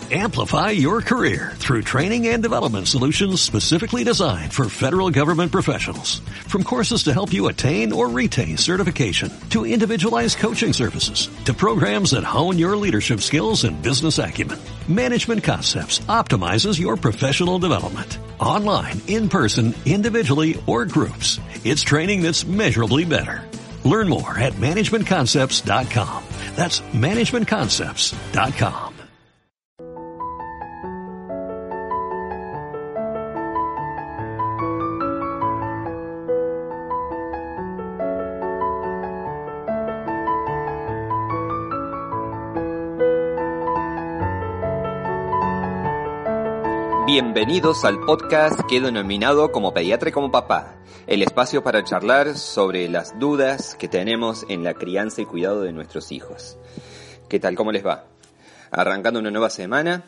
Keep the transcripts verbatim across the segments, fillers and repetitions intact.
Amplify your career through training and development solutions specifically designed for federal government professionals. From courses to help you attain or retain certification, to individualized coaching services, to programs that hone your leadership skills and business acumen, Management Concepts optimizes your professional development. Online, in person, individually, or groups, it's training that's measurably better. Learn more at management concepts dot com. That's management concepts dot com. Bienvenidos al podcast que he denominado como Pediatra y como Papá, el espacio para charlar sobre las dudas que tenemos en la crianza y cuidado de nuestros hijos. ¿Qué tal? ¿Cómo les va? Arrancando una nueva semana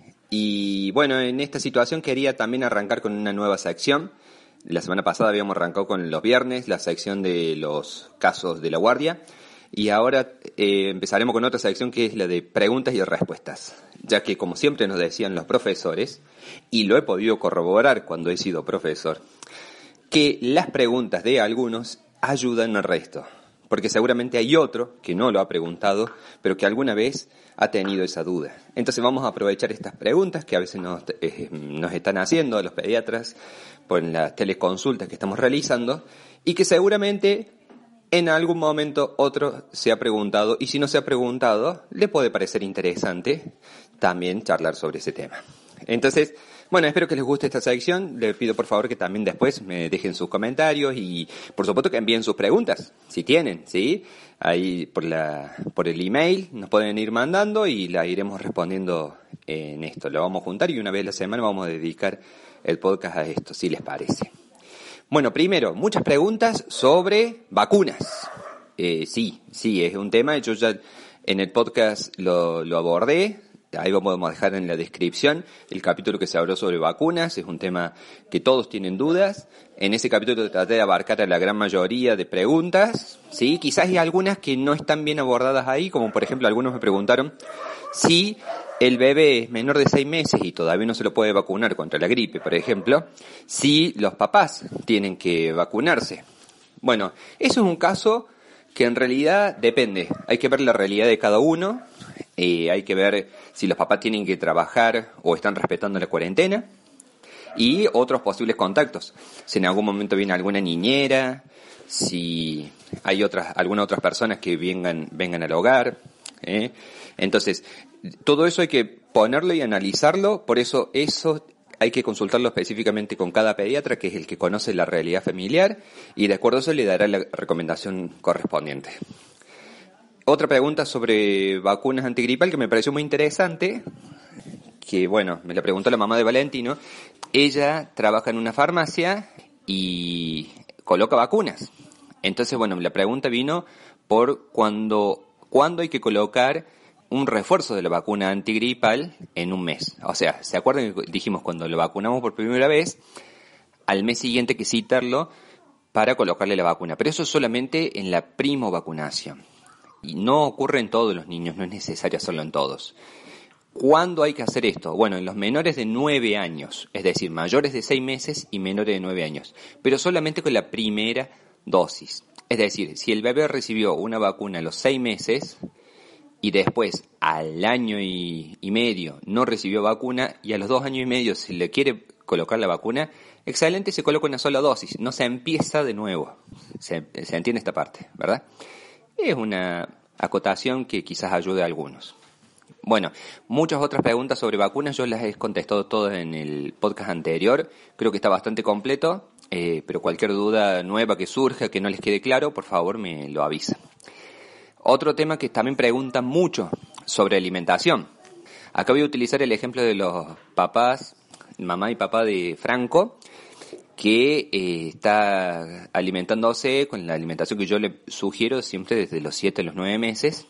y bueno, en esta situación quería también arrancar con una nueva sección. La semana pasada habíamos arrancado con los viernes, la sección de los casos de la guardia. Y ahora eh, empezaremos con otra sección que es la de preguntas y respuestas, ya que como siempre nos decían los profesores, y lo he podido corroborar cuando he sido profesor, que las preguntas de algunos ayudan al resto, porque seguramente hay otro que no lo ha preguntado, pero que alguna vez ha tenido esa duda. Entonces vamos a aprovechar estas preguntas que a veces nos, eh, nos están haciendo a los pediatras por las teleconsultas que estamos realizando, y que seguramente en algún momento otro se ha preguntado, y si no se ha preguntado, le puede parecer interesante también charlar sobre ese tema. Entonces, bueno, espero que les guste esta sección. Les pido por favor que también después me dejen sus comentarios y por supuesto que envíen sus preguntas, si tienen, ¿sí? Ahí por la por el email nos pueden ir mandando y la iremos respondiendo en esto. Lo vamos a juntar y una vez a la semana vamos a dedicar el podcast a esto, si les parece. Bueno, primero, muchas preguntas sobre vacunas. Eh, sí, sí, es un tema, yo ya en el podcast lo, lo abordé, ahí vamos a dejar en la descripción el capítulo que se habló sobre vacunas, es un tema que todos tienen dudas. En ese capítulo traté de abarcar a la gran mayoría de preguntas, sí, quizás hay algunas que no están bien abordadas ahí, como por ejemplo algunos me preguntaron si el bebé es menor de seis meses y todavía no se lo puede vacunar contra la gripe, por ejemplo, si los papás tienen que vacunarse. Bueno, eso es un caso que en realidad depende. Hay que ver la realidad de cada uno, eh, hay que ver si los papás tienen que trabajar o están respetando la cuarentena y otros posibles contactos. Si en algún momento viene alguna niñera, si hay otras, algunas otras personas que vengan, vengan al hogar, ¿eh? Entonces, todo eso hay que ponerlo y analizarlo, por eso eso hay que consultarlo específicamente con cada pediatra, que es el que conoce la realidad familiar, y de acuerdo a eso le dará la recomendación correspondiente. Otra pregunta sobre vacunas antigripal que me pareció muy interesante, que bueno, me la preguntó la mamá de Valentino. Ella trabaja en una farmacia y coloca vacunas. Entonces, bueno, la pregunta vino por cuando, cuándo hay que colocar un refuerzo de la vacuna antigripal en un mes. O sea, ¿se acuerdan que dijimos cuando lo vacunamos por primera vez, al mes siguiente hay que citarlo para colocarle la vacuna? Pero eso es solamente en la primovacunación. Y no ocurre en todos los niños, no es necesario hacerlo en todos. ¿Cuándo hay que hacer esto? Bueno, en los menores de nueve años, es decir, mayores de seis meses y menores de nueve años, pero solamente con la primera dosis. Es decir, si el bebé recibió una vacuna a los seis meses y después al año y, y medio no recibió vacuna y a los dos años y medio se le quiere colocar la vacuna, excelente, se coloca una sola dosis, no se empieza de nuevo. Se, se entiende esta parte, ¿verdad? Es una acotación que quizás ayude a algunos. Bueno, muchas otras preguntas sobre vacunas yo las he contestado todas en el podcast anterior, creo que está bastante completo, eh, pero cualquier duda nueva que surja, que no les quede claro, por favor me lo avisa. Otro tema que también preguntan mucho sobre alimentación. Acá voy a utilizar el ejemplo de los papás, mamá y papá de Franco, que eh, está alimentándose con la alimentación que yo le sugiero siempre desde los siete a los nueve meses.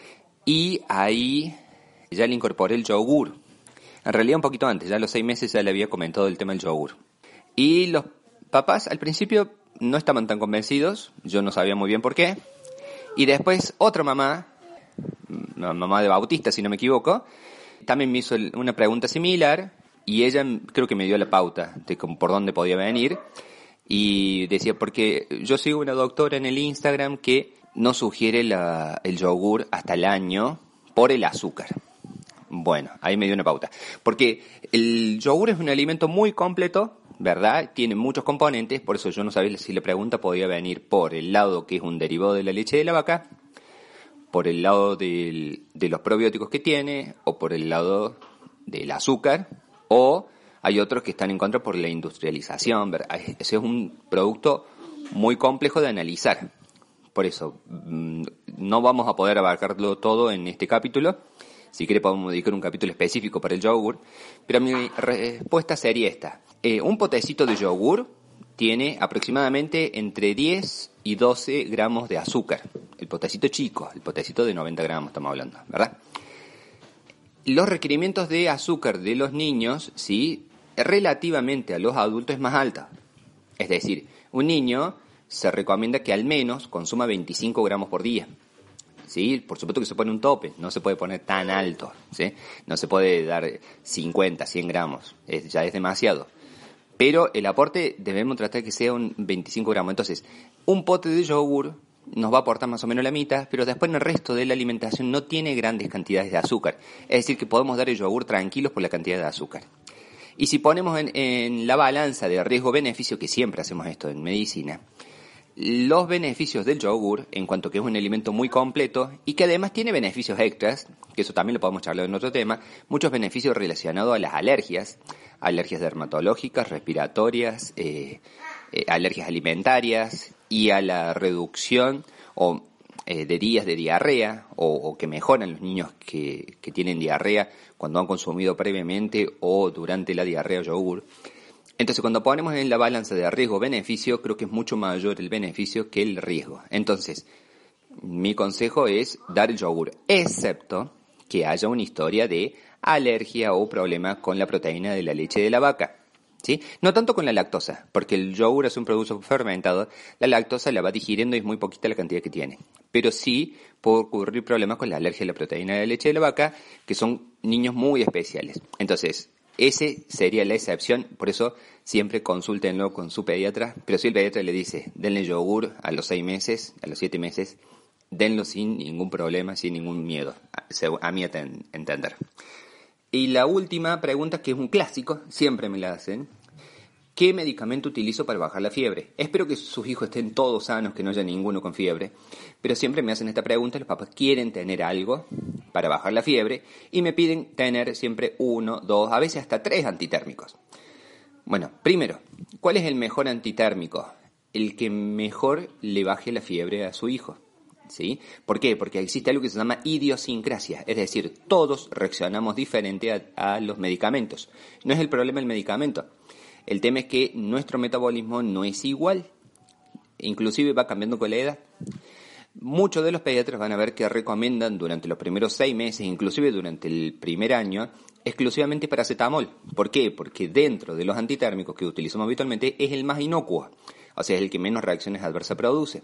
Y ahí ya le incorporé el yogur. En realidad un poquito antes, ya a los seis meses ya le había comentado el tema del yogur. Y los papás al principio no estaban tan convencidos, yo no sabía muy bien por qué. Y después otra mamá, la mamá de Bautista si no me equivoco, también me hizo una pregunta similar y ella creo que me dio la pauta de por dónde podía venir. Y decía, porque yo sigo una doctora en el Instagram que no sugiere la, el yogur hasta el año por el azúcar. Bueno, ahí me dio una pauta. Porque el yogur es un alimento muy completo, ¿verdad? Tiene muchos componentes, por eso yo no sabía si la pregunta podía venir por el lado que es un derivado de la leche de la vaca, por el lado del, de los probióticos que tiene, o por el lado del azúcar, o hay otros que están en contra por la industrialización, ¿verdad? Ese es un producto muy complejo de analizar. Por eso, no vamos a poder abarcarlo todo en este capítulo. Si quiere podemos dedicar un capítulo específico para el yogur. Pero mi respuesta sería esta. Eh, un potecito de yogur tiene aproximadamente entre diez y doce gramos de azúcar. El potecito chico, el potecito de noventa gramos estamos hablando, ¿verdad? Los requerimientos de azúcar de los niños, ¿sí?, relativamente a los adultos es más alta. Es decir, un niño se recomienda que al menos consuma veinticinco gramos por día. ¿Sí? Por supuesto que se pone un tope, no se puede poner tan alto, ¿sí? No se puede dar cincuenta, cien gramos, es, ya es demasiado. Pero el aporte debemos tratar de que sea un veinticinco gramos. Entonces, un pote de yogur nos va a aportar más o menos la mitad, pero después en el resto de la alimentación no tiene grandes cantidades de azúcar. Es decir, que podemos dar el yogur tranquilos por la cantidad de azúcar. Y si ponemos en, en la balanza de riesgo-beneficio, que siempre hacemos esto en medicina, los beneficios del yogur, en cuanto que es un alimento muy completo y que además tiene beneficios extras, que eso también lo podemos charlar en otro tema, muchos beneficios relacionados a las alergias, alergias dermatológicas, respiratorias, eh, eh, alergias alimentarias y a la reducción o eh, de días de diarrea o, o que mejoran los niños que, que tienen diarrea cuando han consumido previamente o durante la diarrea yogur. Entonces, cuando ponemos en la balanza de riesgo-beneficio, creo que es mucho mayor el beneficio que el riesgo. Entonces, mi consejo es dar el yogur, excepto que haya una historia de alergia o problema con la proteína de la leche de la vaca, ¿sí? No tanto con la lactosa, porque el yogur es un producto fermentado, la lactosa la va digiriendo y es muy poquita la cantidad que tiene. Pero sí puede ocurrir problemas con la alergia a la proteína de la leche de la vaca, que son niños muy especiales. Entonces, ese sería la excepción, por eso siempre consúltenlo con su pediatra, pero si el pediatra le dice, denle yogur a los seis meses, a los siete meses, denlo sin ningún problema, sin ningún miedo, a mi entender. Y la última pregunta, que es un clásico, siempre me la hacen, ¿qué medicamento utilizo para bajar la fiebre? Espero que sus hijos estén todos sanos, que no haya ninguno con fiebre, pero siempre me hacen esta pregunta, los papás quieren tener algo para bajar la fiebre y me piden tener siempre uno, dos, a veces hasta tres antitérmicos. Bueno, primero, ¿cuál es el mejor antitérmico? El que mejor le baje la fiebre a su hijo, ¿sí? ¿Por qué? Porque existe algo que se llama idiosincrasia, es decir, todos reaccionamos diferente a, a los medicamentos. No es el problema el medicamento, el tema es que nuestro metabolismo no es igual, inclusive va cambiando con la edad. Muchos de los pediatras van a ver que recomiendan durante los primeros seis meses, inclusive durante el primer año, exclusivamente paracetamol. ¿Por qué? Porque dentro de los antitérmicos que utilizamos habitualmente es el más inocuo, o sea, es el que menos reacciones adversas produce.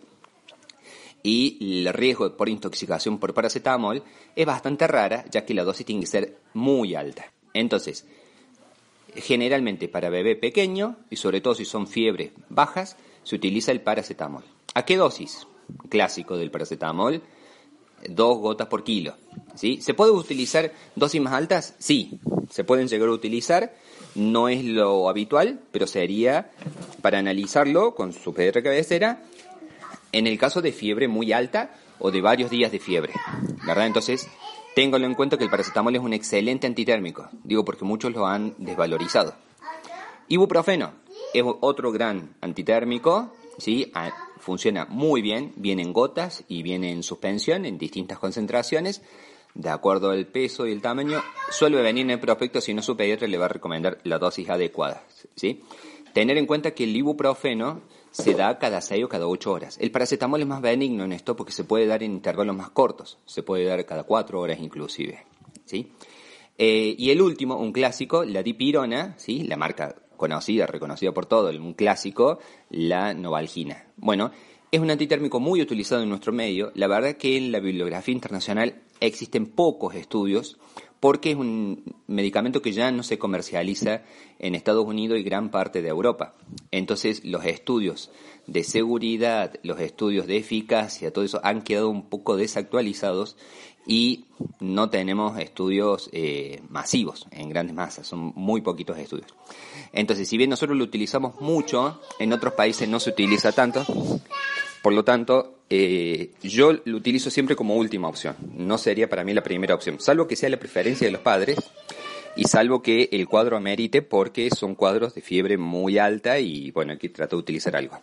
Y el riesgo por intoxicación por paracetamol es bastante rara, ya que la dosis tiene que ser muy alta. Entonces, generalmente para bebé pequeño, y sobre todo si son fiebres bajas, se utiliza el paracetamol. ¿A qué dosis? Clásico del paracetamol, dos gotas por kilo, ¿sí? ¿Se puede utilizar dosis más altas? Sí, se pueden llegar a utilizar, no es lo habitual, pero sería para analizarlo con su pediatra cabecera en el caso de fiebre muy alta o de varios días de fiebre, ¿verdad? Entonces, ténganlo en cuenta que el paracetamol es un excelente antitérmico, digo porque muchos lo han desvalorizado. Ibuprofeno es otro gran antitérmico, ¿sí? Funciona muy bien, viene en gotas y viene en suspensión en distintas concentraciones, de acuerdo al peso y el tamaño. Suele venir en el prospecto, si no su pediatra le va a recomendar la dosis adecuada, ¿sí? Tener en cuenta que el ibuprofeno se da cada seis o cada ocho horas. El paracetamol es más benigno en esto porque se puede dar en intervalos más cortos, se puede dar cada cuatro horas inclusive, ¿sí? Eh, y el último, un clásico, la dipirona, ¿sí? La marca conocida, reconocida por todo, un clásico, la Novalgina. Bueno, es un antitérmico muy utilizado en nuestro medio. La verdad que en la bibliografía internacional existen pocos estudios porque es un medicamento que ya no se comercializa en Estados Unidos y gran parte de Europa. Entonces los estudios de seguridad, los estudios de eficacia, todo eso han quedado un poco desactualizados y no tenemos estudios eh, masivos en grandes masas, son muy poquitos estudios. Entonces, si bien nosotros lo utilizamos mucho, en otros países no se utiliza tanto, por lo tanto, eh, yo lo utilizo siempre como última opción, no sería para mí la primera opción, salvo que sea la preferencia de los padres y salvo que el cuadro amerite, porque son cuadros de fiebre muy alta y bueno, hay que tratar de utilizar algo.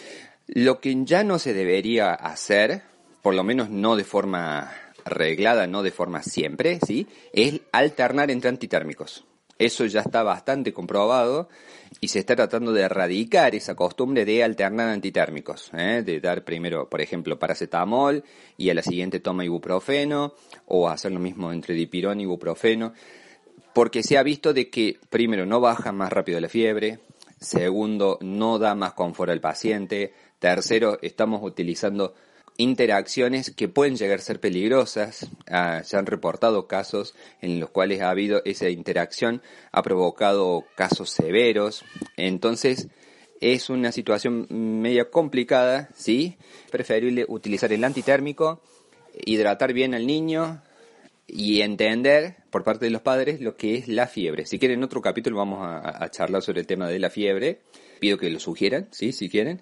Lo que ya no se debería hacer, por lo menos no de forma reglada, no de forma siempre, ¿sí?, es alternar entre antitérmicos. Eso ya está bastante comprobado y se está tratando de erradicar esa costumbre de alternar antitérmicos, ¿eh? De dar primero, por ejemplo, paracetamol y a la siguiente toma ibuprofeno, o hacer lo mismo entre dipirón y ibuprofeno, porque se ha visto de que, primero, no baja más rápido la fiebre, segundo, no da más confort al paciente, tercero, estamos utilizando interacciones que pueden llegar a ser peligrosas. Ah, se han reportado casos en los cuales ha habido esa interacción, ha provocado casos severos. Entonces es una situación media complicada, ¿sí? Preferible utilizar el antitérmico, hidratar bien al niño y entender por parte de los padres lo que es la fiebre. Si quieren, en otro capítulo vamos a, a charlar sobre el tema de la fiebre. Pido que lo sugieran, ¿sí? Si quieren.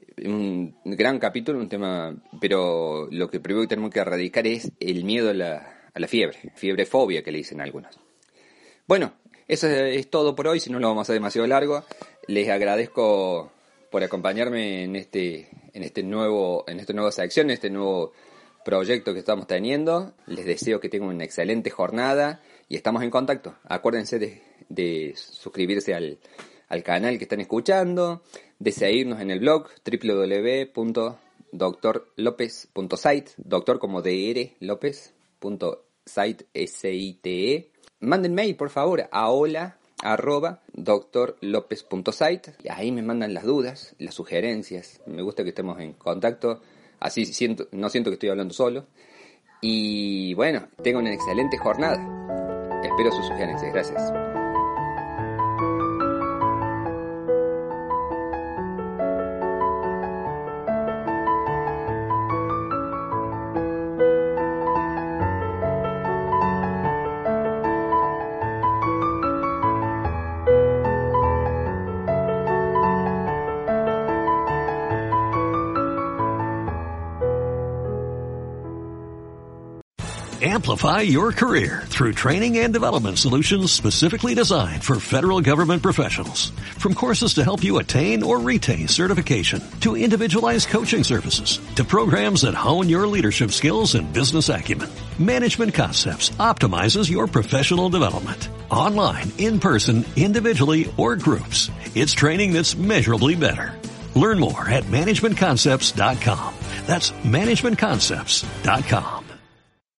Un gran capítulo, un tema, pero lo que primero que tenemos que erradicar es el miedo a la, a la fiebre, fiebrefobia que le dicen algunos. Bueno, eso es todo por hoy, si no lo vamos a hacer demasiado largo. Les agradezco por acompañarme en este, en este nuevo, en esta nueva sección, en este nuevo proyecto que estamos teniendo. Les deseo que tengan una excelente jornada y estamos en contacto. Acuérdense de, de suscribirse al, al canal que están escuchando, de seguirnos en el blog doble u doble u doble u punto doctor lopez punto site, doctor como dr lopez punto site, S I T E. Manden mail, por favor, a hola arroba doctor lopez punto site, y ahí me mandan las dudas, las sugerencias. Me gusta que estemos en contacto, así siento, no siento que estoy hablando solo. Y bueno, tengan una excelente jornada. Espero sus sugerencias. Gracias. Amplify your career through training and development solutions specifically designed for federal government professionals. From courses to help you attain or retain certification, to individualized coaching services, to programs that hone your leadership skills and business acumen, Management Concepts optimizes your professional development. Online, in person, individually, or groups, it's training that's measurably better. Learn more at management concepts dot com. That's management concepts dot com.